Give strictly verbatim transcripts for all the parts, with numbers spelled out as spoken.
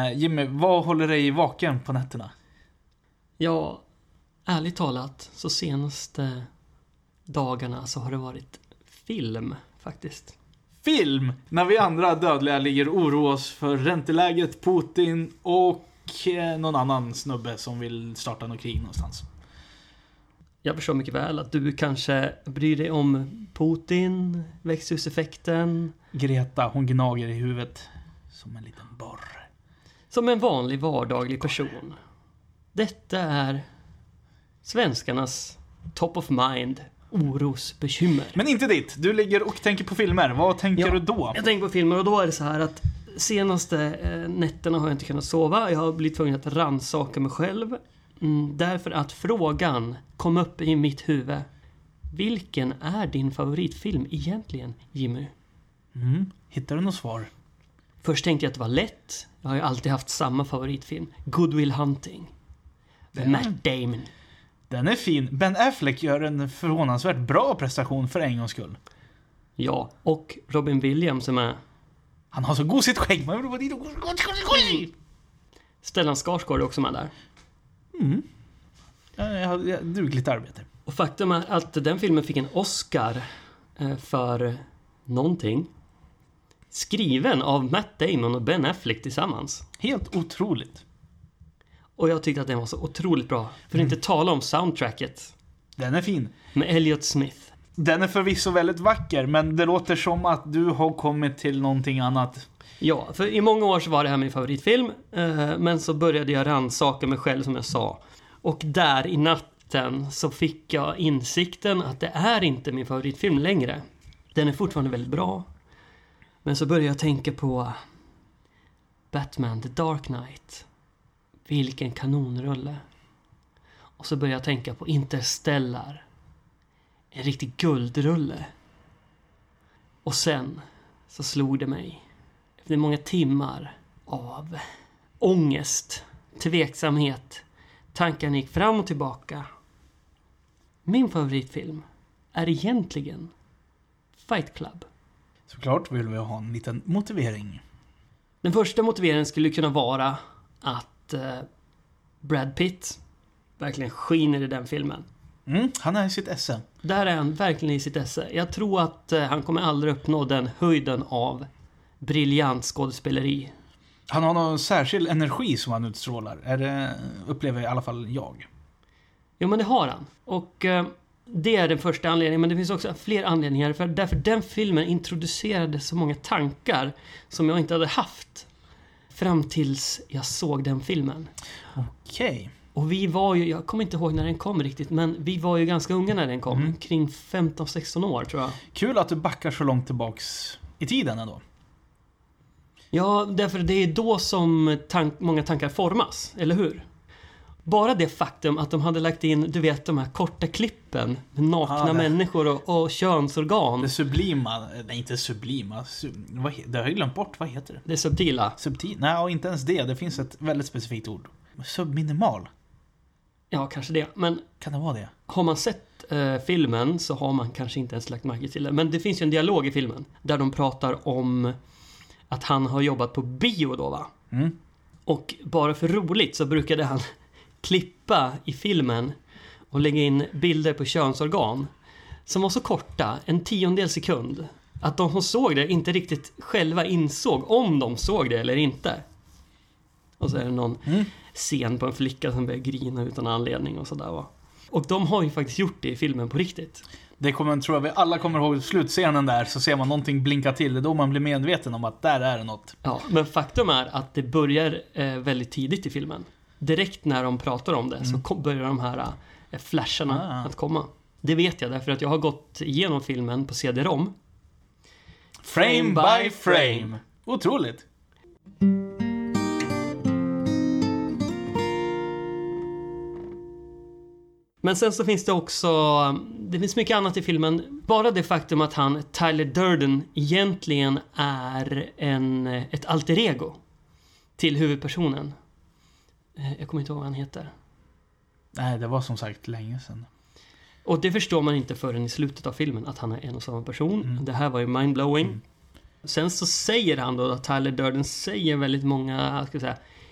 eh, Jimmy, vad håller dig vaken på nätterna? Ja, ärligt talat, så senaste dagarna så har det varit film faktiskt. Film! När vi andra dödliga ligger och oroar oss för ränteläget, Putin och eh, någon annan snubbe som vill starta något krig någonstans. Jag förstår mycket väl att du kanske bryr dig om Putin, växthuseffekten. Greta, hon gnager i huvudet som en liten borr. Som en vanlig vardaglig person. Detta är svenskarnas top of mind orosbekymmer. Men inte ditt. Du ligger och tänker på filmer. Vad tänker ja, du då? Jag tänker på filmer och då är det så här att senaste eh, nätterna har jag inte kunnat sova. Jag har blivit tvungen att rannsaka mig själv. Mm, därför att frågan kom upp i mitt huvud. Vilken är din favoritfilm egentligen, Jimmy? Mm. Hittar du något svar? Först tänkte jag att det var lätt. Jag har ju alltid haft samma favoritfilm. Good Will Hunting. Med Matt Damon. Den är fin. Ben Affleck gör en förvånansvärt bra prestation för en gångs skull. Ja, och Robin Williams är med. Han har så gosigt skägg. Stellan Skarsgård är också med där. Mm. Jag har dugligt arbete. Och faktum är att den filmen fick en Oscar för någonting. Skriven av Matt Damon och Ben Affleck tillsammans. Helt otroligt. Och jag tyckte att den var så otroligt bra. För mm. att inte tala om soundtracket. Den är fin. Med Elliot Smith. Den är förvisso väldigt vacker, men det låter som att du har kommit till någonting annat. Ja, för i många år så var det här min favoritfilm. Men så började jag rannsaka mig själv som jag sa. Och där i natten så fick jag insikten att det är inte min favoritfilm längre. Den är fortfarande väldigt bra. Men så började jag tänka på Batman The Dark Knight. Vilken kanonrulle. Och så började jag tänka på Interstellar. En riktig guldrulle. Och sen så slog det mig. Efter många timmar av ångest, tveksamhet, tankarna gick fram och tillbaka. Min favoritfilm är egentligen Fight Club. Såklart vill vi ha en liten motivering. Den första motiveringen skulle kunna vara att eh, Brad Pitt verkligen skiner i den filmen. Mm, han är i sitt esse. Där är han verkligen i sitt esse. Jag tror att eh, han kommer aldrig uppnå den höjden av briljant skådespeleri. Han har någon särskild energi som han utstrålar. Är det, upplever i alla fall jag. Jo, men det har han. Och eh, det är den första anledningen. Men det finns också fler anledningar. För därför den filmen introducerade så många tankar som jag inte hade haft fram tills jag såg den filmen. Okej. Okay. Och vi var ju, jag kommer inte ihåg när den kom riktigt, men vi var ju ganska unga när den kom. Mm. Kring femton sexton år tror jag. Kul att du backar så långt tillbaks i tiden ändå. Ja, därför det är då som tank, många tankar formas, eller hur? Bara det faktum att de hade lagt in, du vet, de här korta klippen med nakna ah, det... människor och, och könsorgan. Det sublima, nej inte sublima, sub, vad, det har jag glömt bort, vad heter det? Det är subtila. Subtil, nej, inte ens det, det finns ett väldigt specifikt ord. Subminimal. Ja, kanske det, men kan det vara det? Har man sett eh, filmen så har man kanske inte ens lagt märke till det. Men det finns ju en dialog i filmen där de pratar om att han har jobbat på bio då, va? Mm. Och bara för roligt så brukade han klippa i filmen och lägga in bilder på könsorgan som var så korta, en tiondel sekund, att de som såg det inte riktigt själva insåg om de såg det eller inte. Och så är det någon mm. scen på en flicka som börjar grina utan anledning och sådär, va? Och de har ju faktiskt gjort det i filmen på riktigt. Det kommer, tror jag vi alla kommer ihåg slutscenen där, så ser man någonting blinka till. Det är då man blir medveten om att där är det något. Ja, men faktum är att det börjar eh, väldigt tidigt i filmen. Direkt när de pratar om det mm. så kom, börjar de här eh, flasharna ah. att komma. Det vet jag därför att jag har gått igenom filmen på C D-rom. Frame by frame. Otroligt. Men sen så finns det också, det finns mycket annat i filmen. Bara det faktum att han, Tyler Durden, egentligen är en, ett alter ego till huvudpersonen. Jag kommer inte ihåg vad han heter. Nej, det var som sagt länge sedan. Och det förstår man inte förrän i slutet av filmen, att han är en och samma person. Mm. Det här var ju mindblowing. Mm. Sen så säger han då att Tyler Durden säger väldigt många, ska jag säga,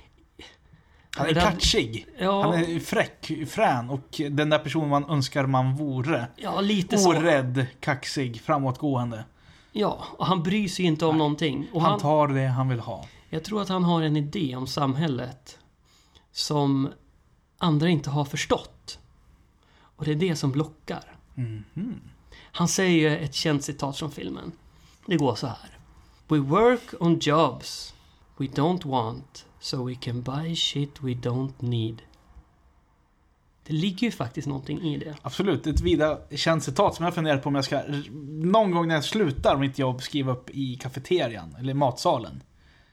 Han är catchig. Ja. Han är fräck, frän och den där personen man önskar man vore. Ja, lite så. Orädd, kaxig, framåtgående. Ja, och han bryr sig inte om Nej. någonting. Och han, han tar det han vill ha. Jag tror att han har en idé om samhället som andra inte har förstått. Och det är det som lockar. Mm-hmm. Han säger ett känt citat från filmen. Det går så här. We work on jobs we don't want so we can buy shit we don't need. Det ligger ju faktiskt någonting i det. Absolut, ett vida känt citat som jag funderar på om jag ska någon gång när jag slutar mitt jobb skriva upp i kafeterian eller matsalen.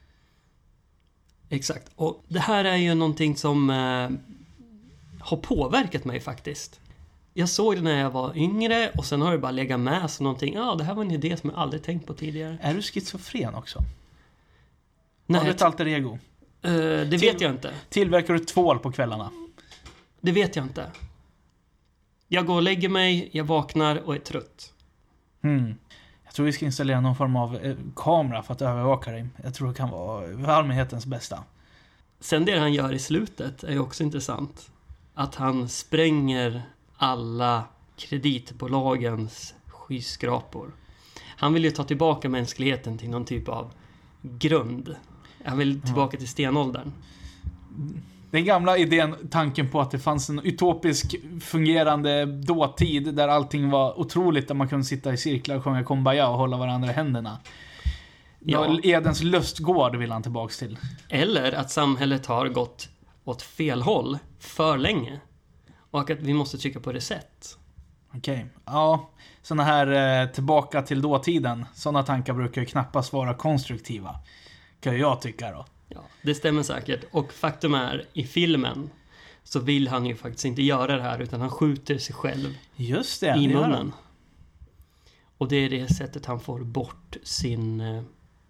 Exakt. Och det här är ju någonting som eh, har påverkat mig faktiskt. Jag såg det när jag var yngre och sen har det bara legat med som någonting. Ja, det här var en idé som jag aldrig tänkt på tidigare. Är du schizofren också? Nej, har du ett alter ego? Eh, det Till- vet jag inte. Tillverkar du tvål på kvällarna? Det vet jag inte. Jag går och lägger mig, jag vaknar och är trött. Hmm. Jag tror vi ska installera någon form av eh, kamera för att övervaka dig. Jag tror det kan vara för allmänhetens bästa. Sen det han gör i slutet är ju också intressant. Att han spränger alla kreditbolagens skyskrapor. Han vill ju ta tillbaka mänskligheten till någon typ av grund. Han vill tillbaka till stenåldern. Den gamla idén, tanken på att det fanns en utopisk fungerande dåtid där allting var otroligt, där man kunde sitta i cirklar och sjunga Kumbaya och hålla varandra i händerna. Ja. Ja. Edens lustgård vill han tillbaks till. Eller att samhället har gått åt fel håll för länge. Och att vi måste trycka på reset. Okej, okay. Ja, såna här eh, tillbaka till dåtiden, såna tankar brukar ju knappast vara konstruktiva, kan jag tycka då. Ja, det stämmer säkert. Och faktum är, i filmen så vill han ju faktiskt inte göra det här, utan han skjuter sig själv Just det, i det gör han. munnen. Och det är det sättet han får bort sin eh,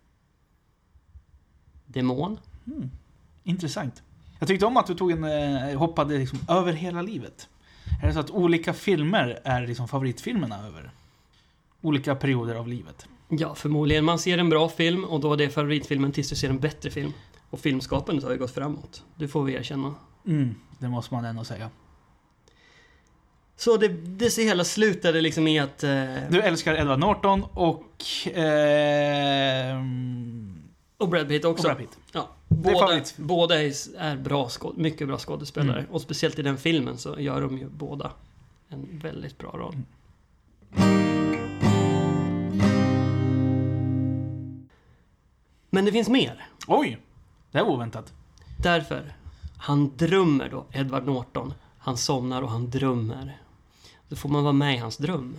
demon. Mm. Intressant. Jag tyckte om att du tog en eh, hoppade liksom över hela livet. Är det så att olika filmer är liksom favoritfilmerna över olika perioder av livet? Ja, förmodligen. Man ser en bra film och då är det favoritfilmen tills du ser en bättre film. Och filmskapandet har ju gått framåt. Det får vi erkänna. Mm, det måste man ändå säga. Så det, det ser hela slutade liksom i att... Eh, Du älskar Edward Norton och... Eh, och Brad Pitt också. och Brad Pitt. Ja, är båda, favorit. båda är, är bra skåd, mycket bra skådespelare. Mm. Och speciellt i den filmen så gör de ju båda en väldigt bra roll. Mm. Men det finns mer. Oj, det var oväntat. Därför, han drömmer då, Edward Norton. Han somnar och han drömmer. Då får man vara med i hans dröm.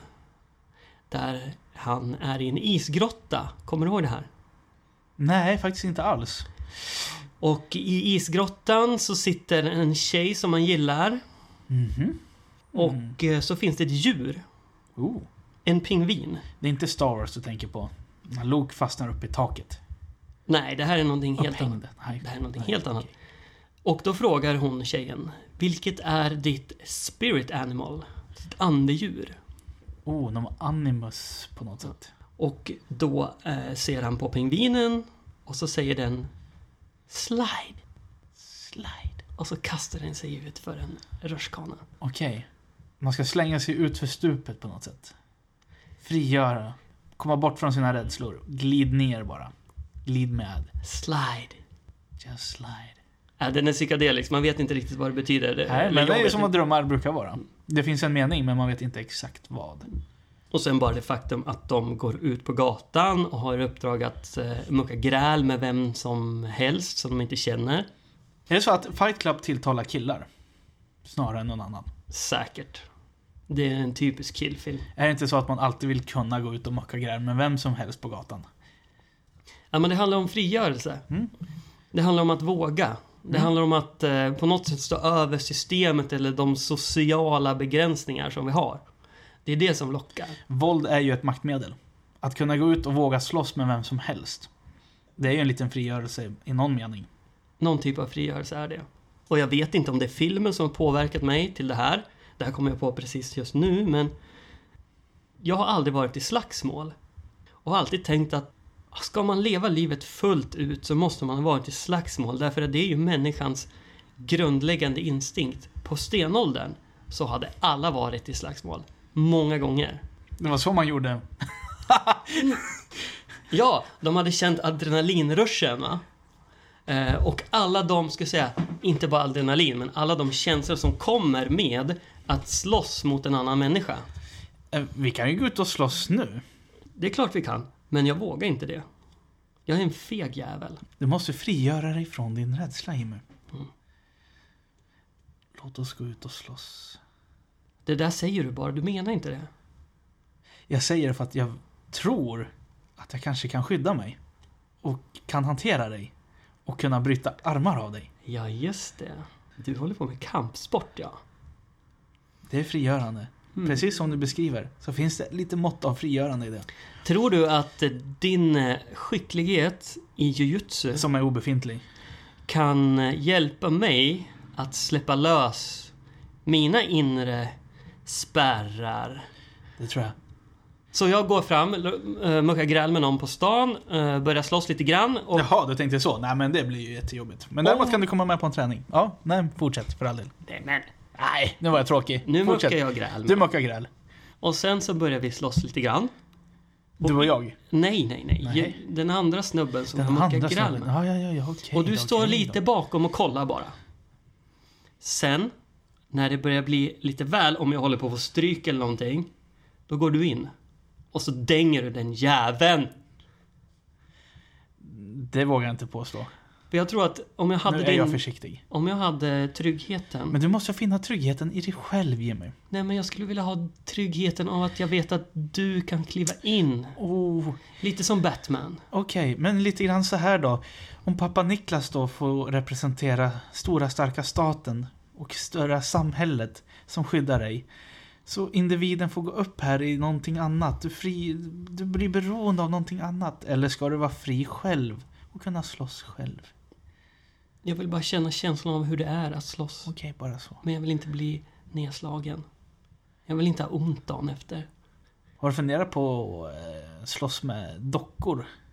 Där han är i en isgrotta. Kommer du ihåg det här? Nej, faktiskt inte alls. Och i isgrottan så sitter en tjej som man gillar. Mhm. Och eh, så finns det ett djur. Oh. En pingvin. Det är inte Star Wars du tänker på. När Luke fastnar upp i taket. Nej, det här är någonting helt annat. Upphängd. Nej. Det här är någonting Nej, helt annat. okej. Och då frågar hon tjejen: vilket är ditt spirit animal? Ditt andedjur? Oh, någon animus på något sätt. Och då eh, ser han på pingvinen och så säger den slide. Slide. Och så kastar den sig ut för en rutschkana. Okej. Man ska slänga sig ut för stupet på något sätt. Frigöra. Komma bort från sina rädslor. Glid ner bara. Glid med. Slide. Just slide. Ja, den är psykedelisk, man vet inte riktigt vad det betyder. Nej, Eller men jag det är ju vet som inte. vad drömmar brukar vara. Det finns en mening, men man vet inte exakt vad. Och sen bara det faktum att de går ut på gatan och har i uppdrag att eh, mucka gräl med vem som helst som de inte känner. Är det så att Fight Club tilltalar killar? Snarare än någon annan. Säkert. Det är en typisk killfilm. Är det inte så att man alltid vill kunna gå ut och mucka gräl med vem som helst på gatan? Ja, men det handlar om frigörelse. Mm. Det handlar om att våga. Det Mm. handlar om att eh, på något sätt stå över systemet eller de sociala begränsningar som vi har. Det är det som lockar. Våld är ju ett maktmedel. Att kunna gå ut och våga slåss med vem som helst. Det är ju en liten frigörelse i någon mening. Någon typ av frigörelse är det. Och jag vet inte om det är filmen som har påverkat mig till det här. Det här kommer jag på precis just nu, men jag har aldrig varit i slagsmål. Och har alltid tänkt att ska man leva livet fullt ut så måste man ha varit i slagsmål. Därför att det är ju människans grundläggande instinkt. På stenåldern så hade alla varit i slagsmål. Många gånger. Det var så man gjorde. Ja, de hade känt adrenalinruschen, va? Eh, och alla de, ska säga, inte bara adrenalin, men alla de känslor som kommer med att slåss mot en annan människa. Eh, Vi kan ju gå ut och slåss nu. Det är klart vi kan, men jag vågar inte det. Jag är en feg jävel. Du måste frigöra dig från din rädsla, Jimmy. Mm. Låt oss gå ut och slåss. Det där säger du bara, du menar inte det. Jag säger det för att jag tror att jag kanske kan skydda mig. Och kan hantera dig. Och kunna bryta armar av dig. Ja, just det. Du håller på med kampsport, ja. Det är frigörande. Mm. Precis som du beskriver så finns det lite mått av frigörande i det. Tror du att din skicklighet i jujutsu Som är obefintlig. kan hjälpa mig att släppa lös mina inre spärrar? Det tror jag. Så jag går fram, äh, muckar gräl med någon på stan, äh, börjar slåss lite grann. Och... Jaha, du tänkte så. Nej, men det blir ju jättejobbigt. Men däremot kan du komma med på en träning. Ja, nej, fortsätt för all del. Nej, men... Nej, nu var jag tråkig. Nu Fortsätt. muckar jag gräl. Du muckar gräl. Och sen så börjar vi slåss lite grann. Du och jag. Nej, nej, nej. Nej. Den andra snubben som Den jag muckar andra gräl snubben. med. Ja, ja, ja, ja, okej. Och du då, står okej lite då. bakom och kollar bara. Sen, när det börjar bli lite väl, om jag håller på att få stryk eller någonting, då går du in. Och så dänger du den jäveln. Det vågar jag inte påstå. För jag tror att om jag hade Nu är din... jag försiktig. Om jag hade tryggheten... Men du måste finna tryggheten i dig själv, Jimmy. Nej, men jag skulle vilja ha tryggheten av att jag vet att du kan kliva in. Oh, Lite som Batman. okej. Men lite grann så här då. Om pappa Niklas då får representera stora starka staten och större samhället som skyddar dig. Så individen får gå upp här i någonting annat. Du, fri, du blir beroende av någonting annat. Eller ska du vara fri själv och kunna slåss själv? Jag vill bara känna känslan av hur det är att slåss. Okej, bara så. Men jag vill inte bli nedslagen. Jag vill inte ha ont dagen efter. Har du funderat på att eh, slåss med dockor?